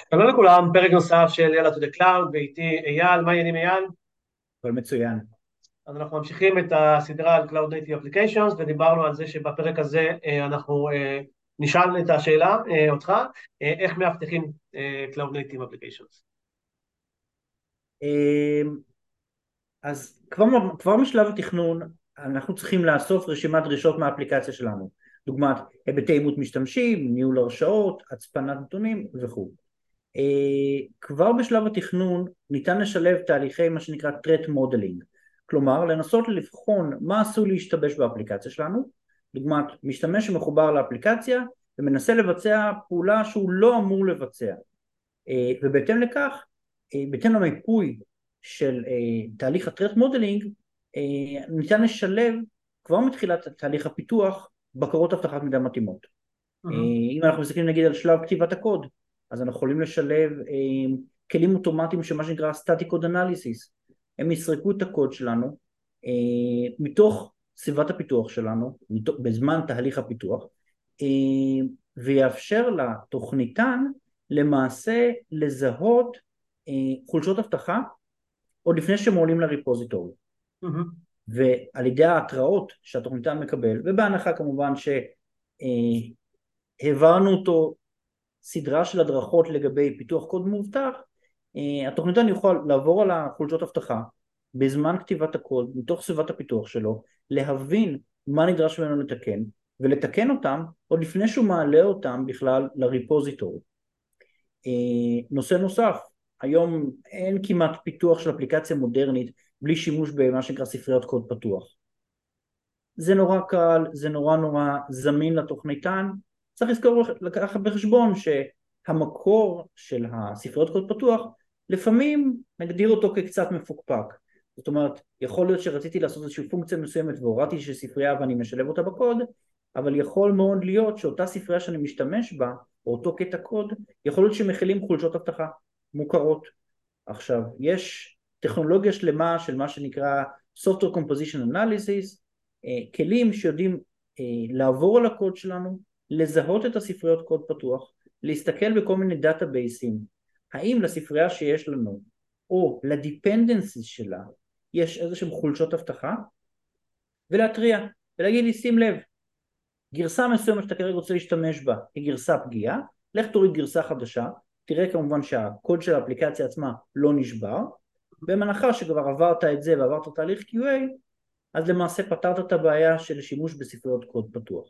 שלום לכולם, פרק נוסף של יאללה to the cloud, ואיתי אייל, מה העניינים אייל? אבל מצוין. אז אנחנו ממשיכים את הסדרה על Cloud Native Applications, ודיברנו על זה שבפרק הזה אנחנו נשאל את השאלה, אותך, איך מאבטחים Cloud Native Applications. אמ, אז כבר משלב התכנון אנחנו צריכים לאסוף רשימת דרישות מהאפליקציה שלנו, דוגמת היבטי אימות משתמשים, ניהול הרשאות, הצפנת נתונים וכו'. כבר בשלב התכנון ניתן לשלב תהליכי מה שנקרא threat modeling, כלומר לנסות לבחון מה עשוי להשתבש באפליקציה שלנו, דוגמת משתמש שמחובר לאפליקציה ומנסה לבצע פעולה שהוא לא אמור לבצע, ובהתאם לכך, בהתאם למיפוי של תהליך ה-threat modeling, ניתן לשלב כבר מתחילת תהליך הפיתוח בקרות אבטחת מידע מתאימות. מהמם. אם אנחנו מסתכלים נגיד על שלב כתיבת הקוד, אז אנחנו יכולים לשלב כלים אוטומטיים שמה שנקרא static code analysis. הם יסרקו את הקוד שלנו מתוך סביבת הפיתוח שלנו, בזמן תהליך הפיתוח, ויאפשר לתוכניתן למעשה לזהות חולשות אבטחה עוד לפני שהם עולים לריפוזיטורי. מהמם. ועל ידי ההתראות שהתוכניתן מקבל, ובהנחה כמובן שהעברנו אותו סדרה של הדרכות לגבי פיתוח קוד מאובטח, התוכניתן יוכל לעבור על החולשות אבטחה בזמן כתיבת הקוד מתוך סביבת הפיתוח שלו, להבין מה נדרש ממנו לתקן ולתקן אותם עוד לפני שהוא מעלה אותם בכלל לריפוזיטורי. נושא נוסף, היום אין כמעט פיתוח של אפליקציה מודרנית בלי שימוש במה שנקרא ספריות קוד פתוח. זה נורא קל, זה נורא זמין לתוכניתן. צריך לזכור, לקחת בחשבון שהמקור של הספריות קוד פתוח לפעמים נגדיר אותו כקצת מפוקפק. זאת אומרת, יכול להיות שרציתי לעשות איזושהי פונקציה מסוימת והורדתי שספרייה ואני משלב אותה בקוד, אבל יכול מאוד להיות שאותה ספרייה שאני משתמש בה, או אותו קטע קוד, יכול להיות שמכילים חולשות אבטחה מוכרות. עכשיו, יש טכנולוגיה שלמה של מה שנקרא Software Composition Analysis, כלים שיודעים לעבור על הקוד שלנו, לזהות את הספריות קוד פתוח, להסתכל בכל מיני דאטאבייסים, האם לספרייה שיש לנו, או לדיפנדנסיס שלה, יש איזשהם חולשות אבטחה, ולהתריע, ולהגיד לי, שים לב, גרסה מסוימת שאתה כרגע רוצה להשתמש בה היא גרסה פגיעה, לך תוריד גרסה חדשה, תראה כמובן שהקוד של האפליקציה עצמה לא נשבר, במנחה שכבר עברת את זה ועברת תהליך QA, אז למעשה פתרת את הבעיה של שימוש בספריות קוד פתוח.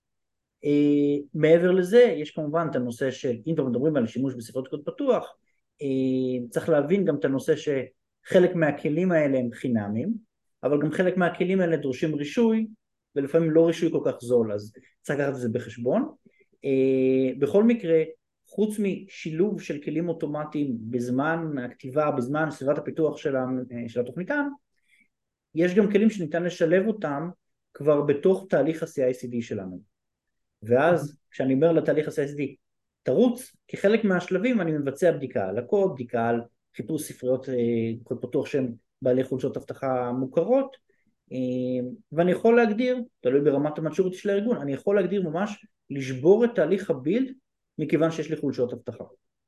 מעבר לזה, יש כמובן את הנושא של, אם כבר מדברים על שימוש בספריות קוד פתוח, צריך להבין גם את הנושא שחלק מהכלים האלה הם חינמים, אבל גם חלק מהכלים האלה דורשים רישוי, ולפעמים לא רישוי כל כך זול, אז צריך לקחת את זה בחשבון. בכל מקרה, חוץ משילוב של כלים אוטומטיים בזמן הכתיבה, בזמן סביבת הפיתוח של התוכניתן, יש גם כלים שניתן לשלב אותם כבר בתוך תהליך ה-CI/CD שלנו. ואז כשאני אומר לתהליך ה-CI/CD, תרוץ, כחלק מהשלבים אני מבצע בדיקה על הקוד, בדיקה על חיפוש ספריות קוד פתוח שהן בעלי חולשות אבטחה מוכרות, ואני יכול להגדיר, תלוי ברמת המצ'ורטי של הארגון, אני יכול להגדיר ממש לשבור את תהליך הבילד מכיוון שיש לי חולשות אבטחה.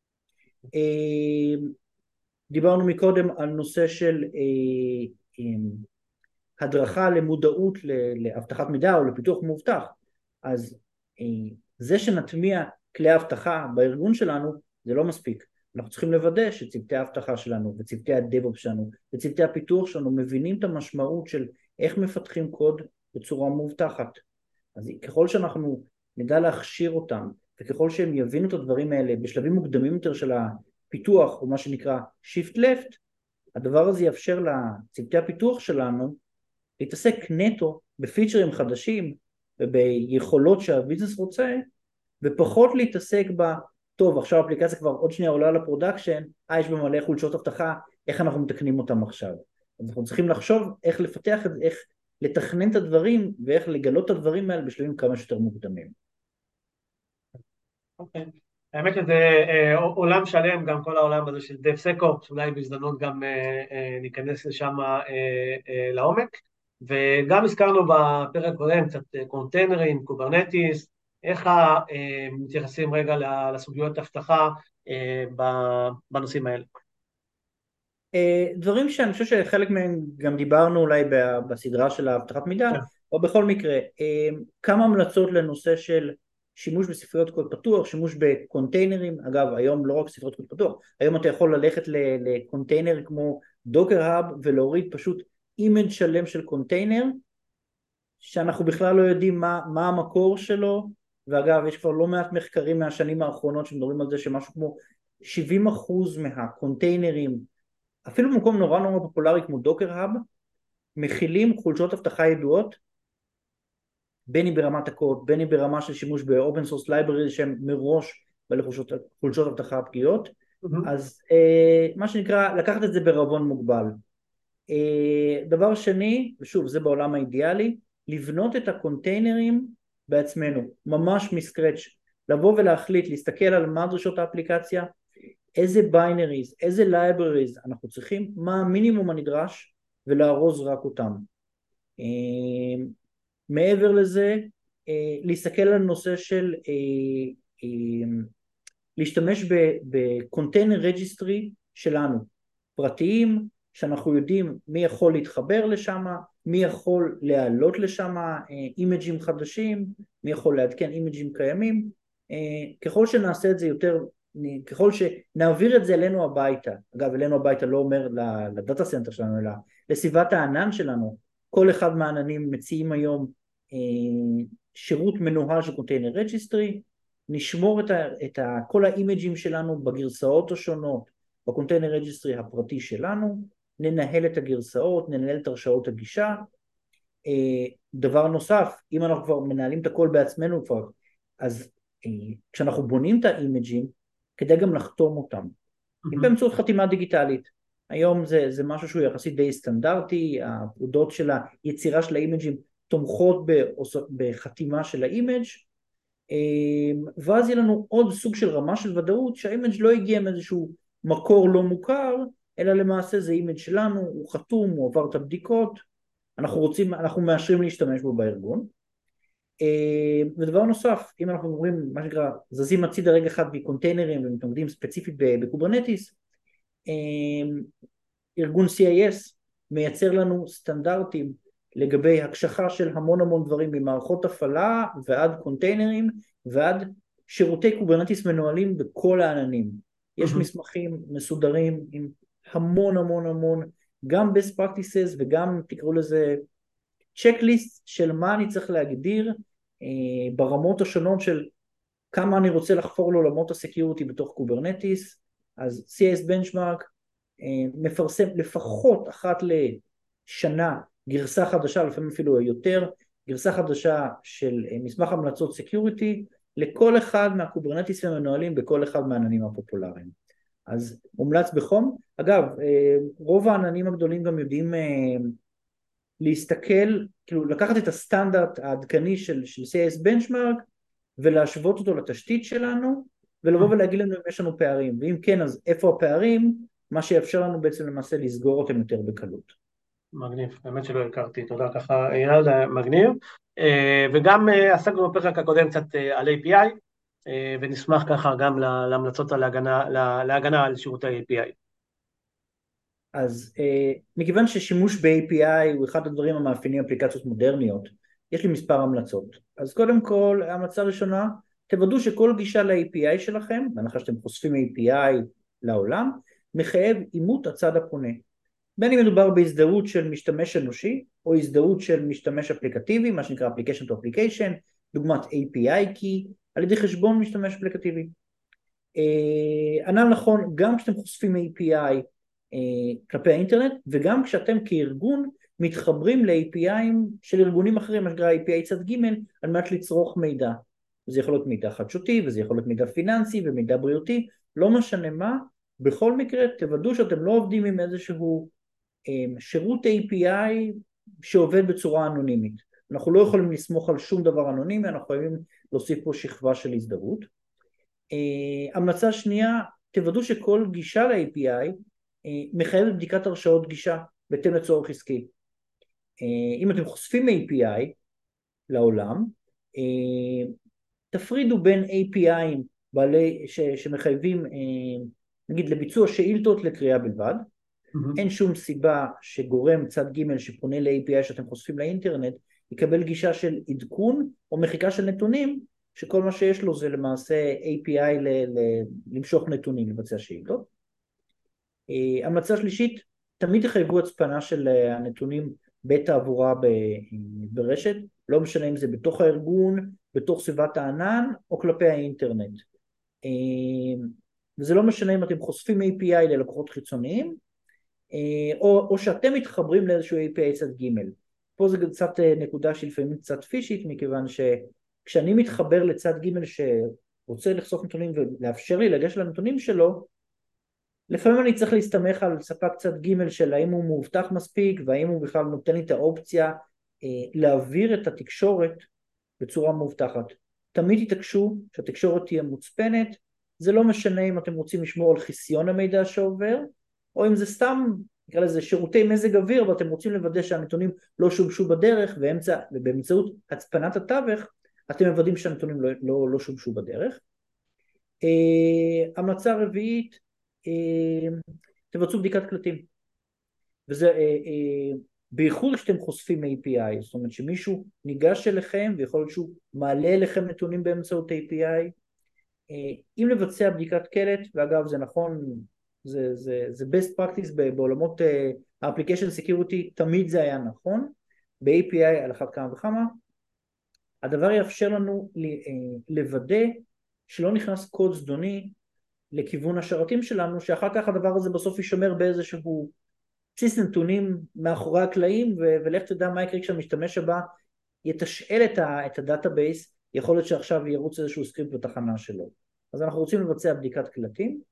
דיברנו מקודם על נושא של הדרכה למודעות לאבטחת מידע או לפיתוח מאובטח, אז זה שנטמיע כלי אבטחה בארגון שלנו זה לא מספיק. אנחנו צריכים לוודא שצוותי האבטחה שלנו וצוותי הדב-אופס שלנו וצוותי הפיתוח שלנו מבינים את המשמעות של איך מפתחים קוד בצורה מאובטחת. אז ככל שאנחנו נדע להכשיר אותם וככל שהם יבינו את הדברים האלה בשלבים מוקדמים יותר של הפיתוח או מה שנקרא shift left, הדבר הזה יאפשר לצוותי הפיתוח שלנו להתעסק נטו בפיצ'רים חדשים וביכולות שהביזנס רוצה, ופחות להתעסק טוב, עכשיו האפליקציה כבר עוד שנייה עולה לפרודקשן, יש בה מלא חולשות אבטחה, איך אנחנו מתקנים אותם עכשיו? אז אנחנו צריכים לחשוב איך לפתח את זה, איך לתכנן את הדברים, ואיך לגלות את הדברים האלה בשלבים כמה שיותר מוקדמים. אוקיי. האמת שזה עולם שלם, גם כל העולם הזה של DevSecOps, שאולי בהזדמנות גם ניכנס לשם לעומק, וגם הזכרנו בפרק קודם קצת קונטיינרים, קוברנטיס, איך מתייחסים רגע לסוגיות אבטחה בנושאים האלה? דברים שאני חושב שחלק מהם גם דיברנו אולי בסדרה של האבטחת מידע, כן. או בכל מקרה, כמה המלצות לנושא של שימוש בספריות קוד פתוח, שימוש בקונטיינרים. אגב, היום לא רק ספריות קוד פתוח, היום אתה יכול ללכת לקונטיינר כמו דוקר האב ולהוריד פשוט אימג' שלם של קונטיינר, שאנחנו בכלל לא יודעים מה המקור שלו. ואגב, יש כבר לא מעט מחקרים מהשנים האחרונות שמדברים על זה שמשהו כמו 70% מהקונטיינרים, אפילו במקום נורא נורא פופולרי כמו דוקר האב, מכילים חולשות אבטחה ידועות, בין אם ברמת הקוד, בין אם ברמה של שימוש באופן סורס לייבררי שהם מראש בעלי חולשות אבטחה פגיעות. מהמם. אז מה שנקרא, לקחת את זה בערבון מוגבל. דבר שני, ושוב זה בעולם האידיאלי, לבנות את הקונטיינרים בעצמנו, ממש מסקרץ', לבוא ולהחליט, להסתכל על מה דרישות האפליקציה, איזה ביינריז, איזה לייבריז אנחנו צריכים, מה המינימום הנדרש, ולארוז רק אותם. מעבר לזה, להסתכל על נושא של להשתמש בקונטיינר רג'יסטרי שלנו, פרטיים, שאנחנו יודעים מי יכול להתחבר לשם, מי יכול להעלות לשם אימג'ים חדשים, מי יכול לעדכן אימג'ים קיימים. ככל שנעשה את זה יותר, ככל שנעביר את זה אלינו הביתה, אגב אלינו הביתה לא אומר לדאטה סנטר שלנו, אלא לסביבת הענן שלנו, כל אחד מהעננים מציעים היום שירות מנוהל של קונטיינר רג'יסטרי, נשמור כל האימג'ים שלנו בגרסאות השונות בקונטיינר רג'יסטרי הפרטי שלנו, ננהל את הגרסאות, ננהל את הרשאות הגישה. דבר נוסף, אם אנחנו כבר מנהלים את הכל בעצמנו כבר, אז כשאנחנו בונים את האימג'ים, כדאי גם לחתום אותם, באמצעות חתימה דיגיטלית. היום זה משהו שהוא יחסית די סטנדרטי, הפקודות של היצירה של האימג'ים תומכות בחתימה של האימג', ואז יהיה לנו עוד סוג של רמה של ודאות שהאימג' לא הגיע מאיזשהו מקור לא מוכר, אלא למעשה זה אימג' שלנו, הוא חתום, הוא עבר את הבדיקות, אנחנו מאשרים להשתמש בו בארגון. ודבר נוסף, אם אנחנו אומרים מה שנקרא זזים הצידה רגע אחד מקונטיינרים ומתמקדים ספציפית בקוברנטיס, ארגון CIS מייצר לנו סטנדרטים לגבי הקשחה של המון המון דברים ממערכות הפעלה ועד קונטיינרים ועד שירותי קוברנטיס מנוהלים בכל העננים. יש מסמכים מסודרים עם המון המון המון גם best practices וגם תקראו לזה צ'קליסט של מה אני צריך להגדיר ברמות השונות של כמה אני רוצה לחפור לעולמות הסקיוריטי בתוך קוברנטיס. אז CIS Benchmark מפרסם לפחות אחת לשנה גרסה חדשה, לפעמים אפילו יותר, גרסה חדשה של מסמך המלצות סקיוריטי לכל אחד מהקוברנטיס המנוהלים בכל אחד מהעננים הפופולריים. אז מומלץ בחום. אגב, רוב העננים הגדולים גם יודעים להסתכל, כאילו לקחת את הסטנדרט העדכני של CIS Benchmark ולהשוות אותו לתשתית שלנו ולבוא ולהגיד לנו אם יש לנו פערים, ואם כן אז איפה הפערים, מה שיאפשר לנו בעצם למעשה לסגור אותם יותר בקלות. מגניב, באמת שלא הכרתי, תודה ככה אייל, מגניב. וגם עסקנו בפרק הקודם קצת על API, ונשמח ככה גם להמלצות להגנה על שירותי API. אז מכיוון ששימוש ב-API הוא אחד הדברים המאפיינים אפליקציות מודרניות, יש לי מספר המלצות. אז קודם כל, ההמלצה הראשונה, תוודאו שכל גישה ל-API שלכם, בהנחה שאתם חושפים API לעולם, מחייב אימות הצד הפונה. בין אם מדובר בהזדהות של משתמש אנושי, או הזדהות של משתמש אפליקטיבי, מה שנקרא Application to Application, דוגמת API Key, על ידי חשבון משתמש אפליקטיבי. ענה נכון, גם כשאתם חושפים API כלפי האינטרנט, וגם כשאתם כארגון מתחברים ל-API'ים של ארגונים אחרים, מה שנקרא API צד ג' על מנת לצרוך מידע. זה יכול להיות מידע חדשותי, וזה יכול להיות מידע פיננסי ומידע בריאותי, לא משנה מה, בכל מקרה תוודאו שאתם לא עובדים עם איזשהו שירות API שעובד בצורה אנונימית. אנחנו לא יכולים לסמוך על שום דבר אנונימי, אנחנו חייבים להוסיף פה שכבה של הזדהות. המלצה שנייה, תוודאו שכל גישה ל-API מחייבת בדיקת הרשאות גישה בהתאם לצורך עסקי. אם אתם חושפים API לעולם, תפרידו בין API'ים שמחייבים נגיד לביצוע שאילתות לקריאה בלבד, אין שום סיבה שגורם צד ג' שפונה ל-API שאתם חושפים לאינטרנט יקבל גישה של עדכון או מחיקה של נתונים, שכל מה שיש לו זה למעשה API למשוך נתונים, לבצע שאילתות. המלצה שלישית, תמיד יחייבו הצפנה של הנתונים בתעבורה ברשת, לא משנה אם זה בתוך הארגון, בתוך סביבת הענן או כלפי האינטרנט. וזה לא משנה אם אתם חושפים API ללקוחות חיצוניים, או שאתם מתחברים לאיזשהו API צד ג'. פה זה קצת נקודה שלפעמים קצת פישית, מכיוון שכשאני מתחבר לצד ג' שרוצה לחשוף נתונים ולאפשר לי לגשת לנתונים שלו, לפעמים אני צריך להסתמך על ספק צד ג' של האם הוא מאובטח מספיק, והאם הוא בכלל נותן לי את האופציה להעביר את התקשורת בצורה מאובטחת. תמיד תתעקשו שהתקשורת תהיה מוצפנת, זה לא משנה אם אתם רוצים לשמור על חיסיון המידע שעובר, או אם זה סתם, נקרא לזה שירותי מזג אוויר, ואתם רוצים לוודא שהנתונים לא שובשו בדרך, ובאמצעות הצפנת התווך, אתם מוודאים שהנתונים לא שובשו בדרך. המלצה רביעית, תבצעו בדיקת קלטים. וזה בייחוד כשאתם חושפים API, זאת אומרת שמישהו ניגש אליכם, ויכול להיות שהוא מעלה אליכם נתונים באמצעות API, אם לבצע בדיקת קלט, ואגב זה נכון, זה best practice בעולמות application security, תמיד זה היה נכון, ב-API על אחת כמה וכמה, הדבר יאפשר לנו לוודא שלא נכנס קוד זדוני לכיוון השרתים שלנו, שאחר כך הדבר הזה בסוף יישמר באיזשהו בסיס נתונים מאחורי הקלעים, ולך תדע מה יקרה כשהמשתמש הבא יתשאל את הדאטאבייס, יכול להיות שעכשיו ירוץ איזשהו סקריפט בתחנה שלו. אז אנחנו רוצים לבצע בדיקת קלטים.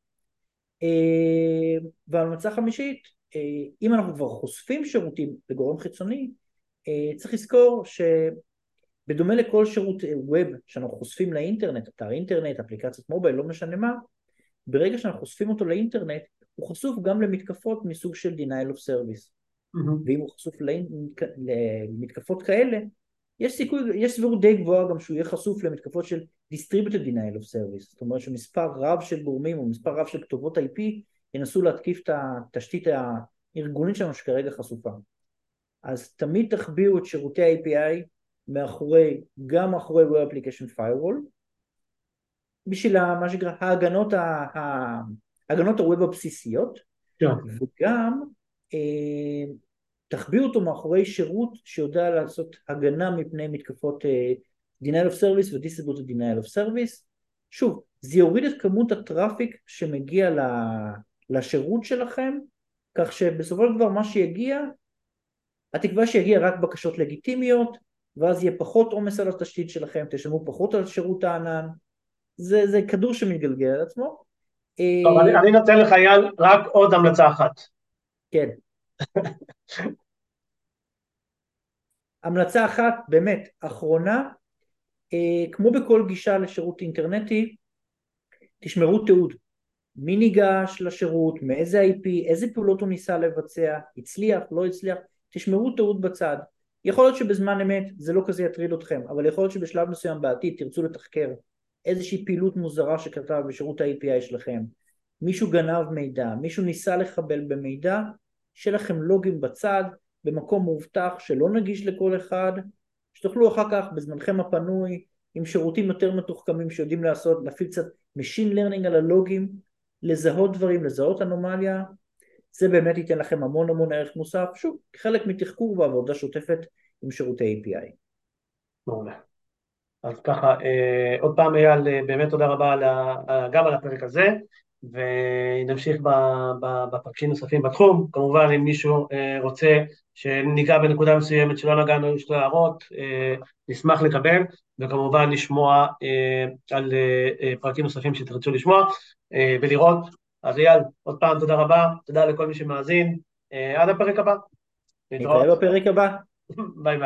והמלצה חמישית, אם אנחנו כבר חושפים שירותים לגורם חיצוני, צריך לזכור שבדומה לכל שירות ווב שאנחנו חושפים לאינטרנט, אתר אינטרנט, אפליקציית מובייל, לא משנה מה, ברגע שאנחנו חושפים אותו לאינטרנט, הוא חשוף גם למתקפות מסוג של denial of service. ואם הוא חשוף למתקפות כאלה, יש סבירות די גבוהה גם שהוא יהיה חשוף למתקפות של distributed denial of service, זאת אומרת שמספר רב של גורמים או מספר רב של כתובות IP ינסו להתקיף את התשתית הארגונית שלנו שכרגע חשופה. אז תמיד תחביאו את שירותי ה-API גם מאחורי Web Application Firewall, בשביל מה שנקרא ההגנות הווב הבסיסיות, וגם תחביאו אותו מאחורי שירות שיודע לעשות הגנה מפני מתקפות denial of service ו-distributed denial of service. שוב, זה יוריד את כמות הטראפיק שמגיע לשירות שלכם, כך שבסופו של דבר מה שיגיע, התקווה שיגיע רק בקשות לגיטימיות, ואז יהיה פחות עומס על התשתית שלכם, תשלמו פחות על שירות הענן, זה כדור שמתגלגל על עצמו. טוב, אני נותן לך אייל רק עוד המלצה אחת. כן. המלצה אחת, באמת, אחרונה, כמו בכל גישה לשירות אינטרנטי, תשמרו תיעוד. מי ניגש לשירות, מאיזה IP, איזה פעולות הוא ניסה לבצע, הצליח, לא הצליח, תשמרו תיעוד בצד. יכול להיות שבזמן אמת זה לא כזה יטריד אתכם, אבל יכול להיות שבשלב מסוים בעתיד תרצו לתחקר איזושהי פעילות מוזרה שקרתה בשירות ה-API שלכם. מישהו גנב מידע, מישהו ניסה לחבל במידע, שלכם לוגים בצד, במקום מובטח שלא נגיש לכל אחד, שתוכלו אחר כך בזמנכם הפנוי, עם שירותים יותר מתוחכמים שיודעים להפעיל קצת Machine Learning על הלוגים, לזהות דברים, לזהות אנומליה, זה באמת ייתן לכם המון ערך מוסף, שוב, חלק מתחקור ועבודה שוטפת עם שירותי API. מעולה. אז ככה, עוד פעם אייל, באמת תודה רבה גם על הפרק הזה, ונמשיך בפרקים נוספים בתחום. כמובן, אם מישהו רוצה שניגע בנקודה מסוימת שלא נגענו, יש לו הערות, נשמח לקבל, וכמובן לשמוע על פרקים נוספים שתרצו לשמוע ולראות. אז אייל, עוד פעם תודה רבה, תודה לכל מי שמאזין, עד הפרק הבא. נתראה בפרק הבא. ביי ביי.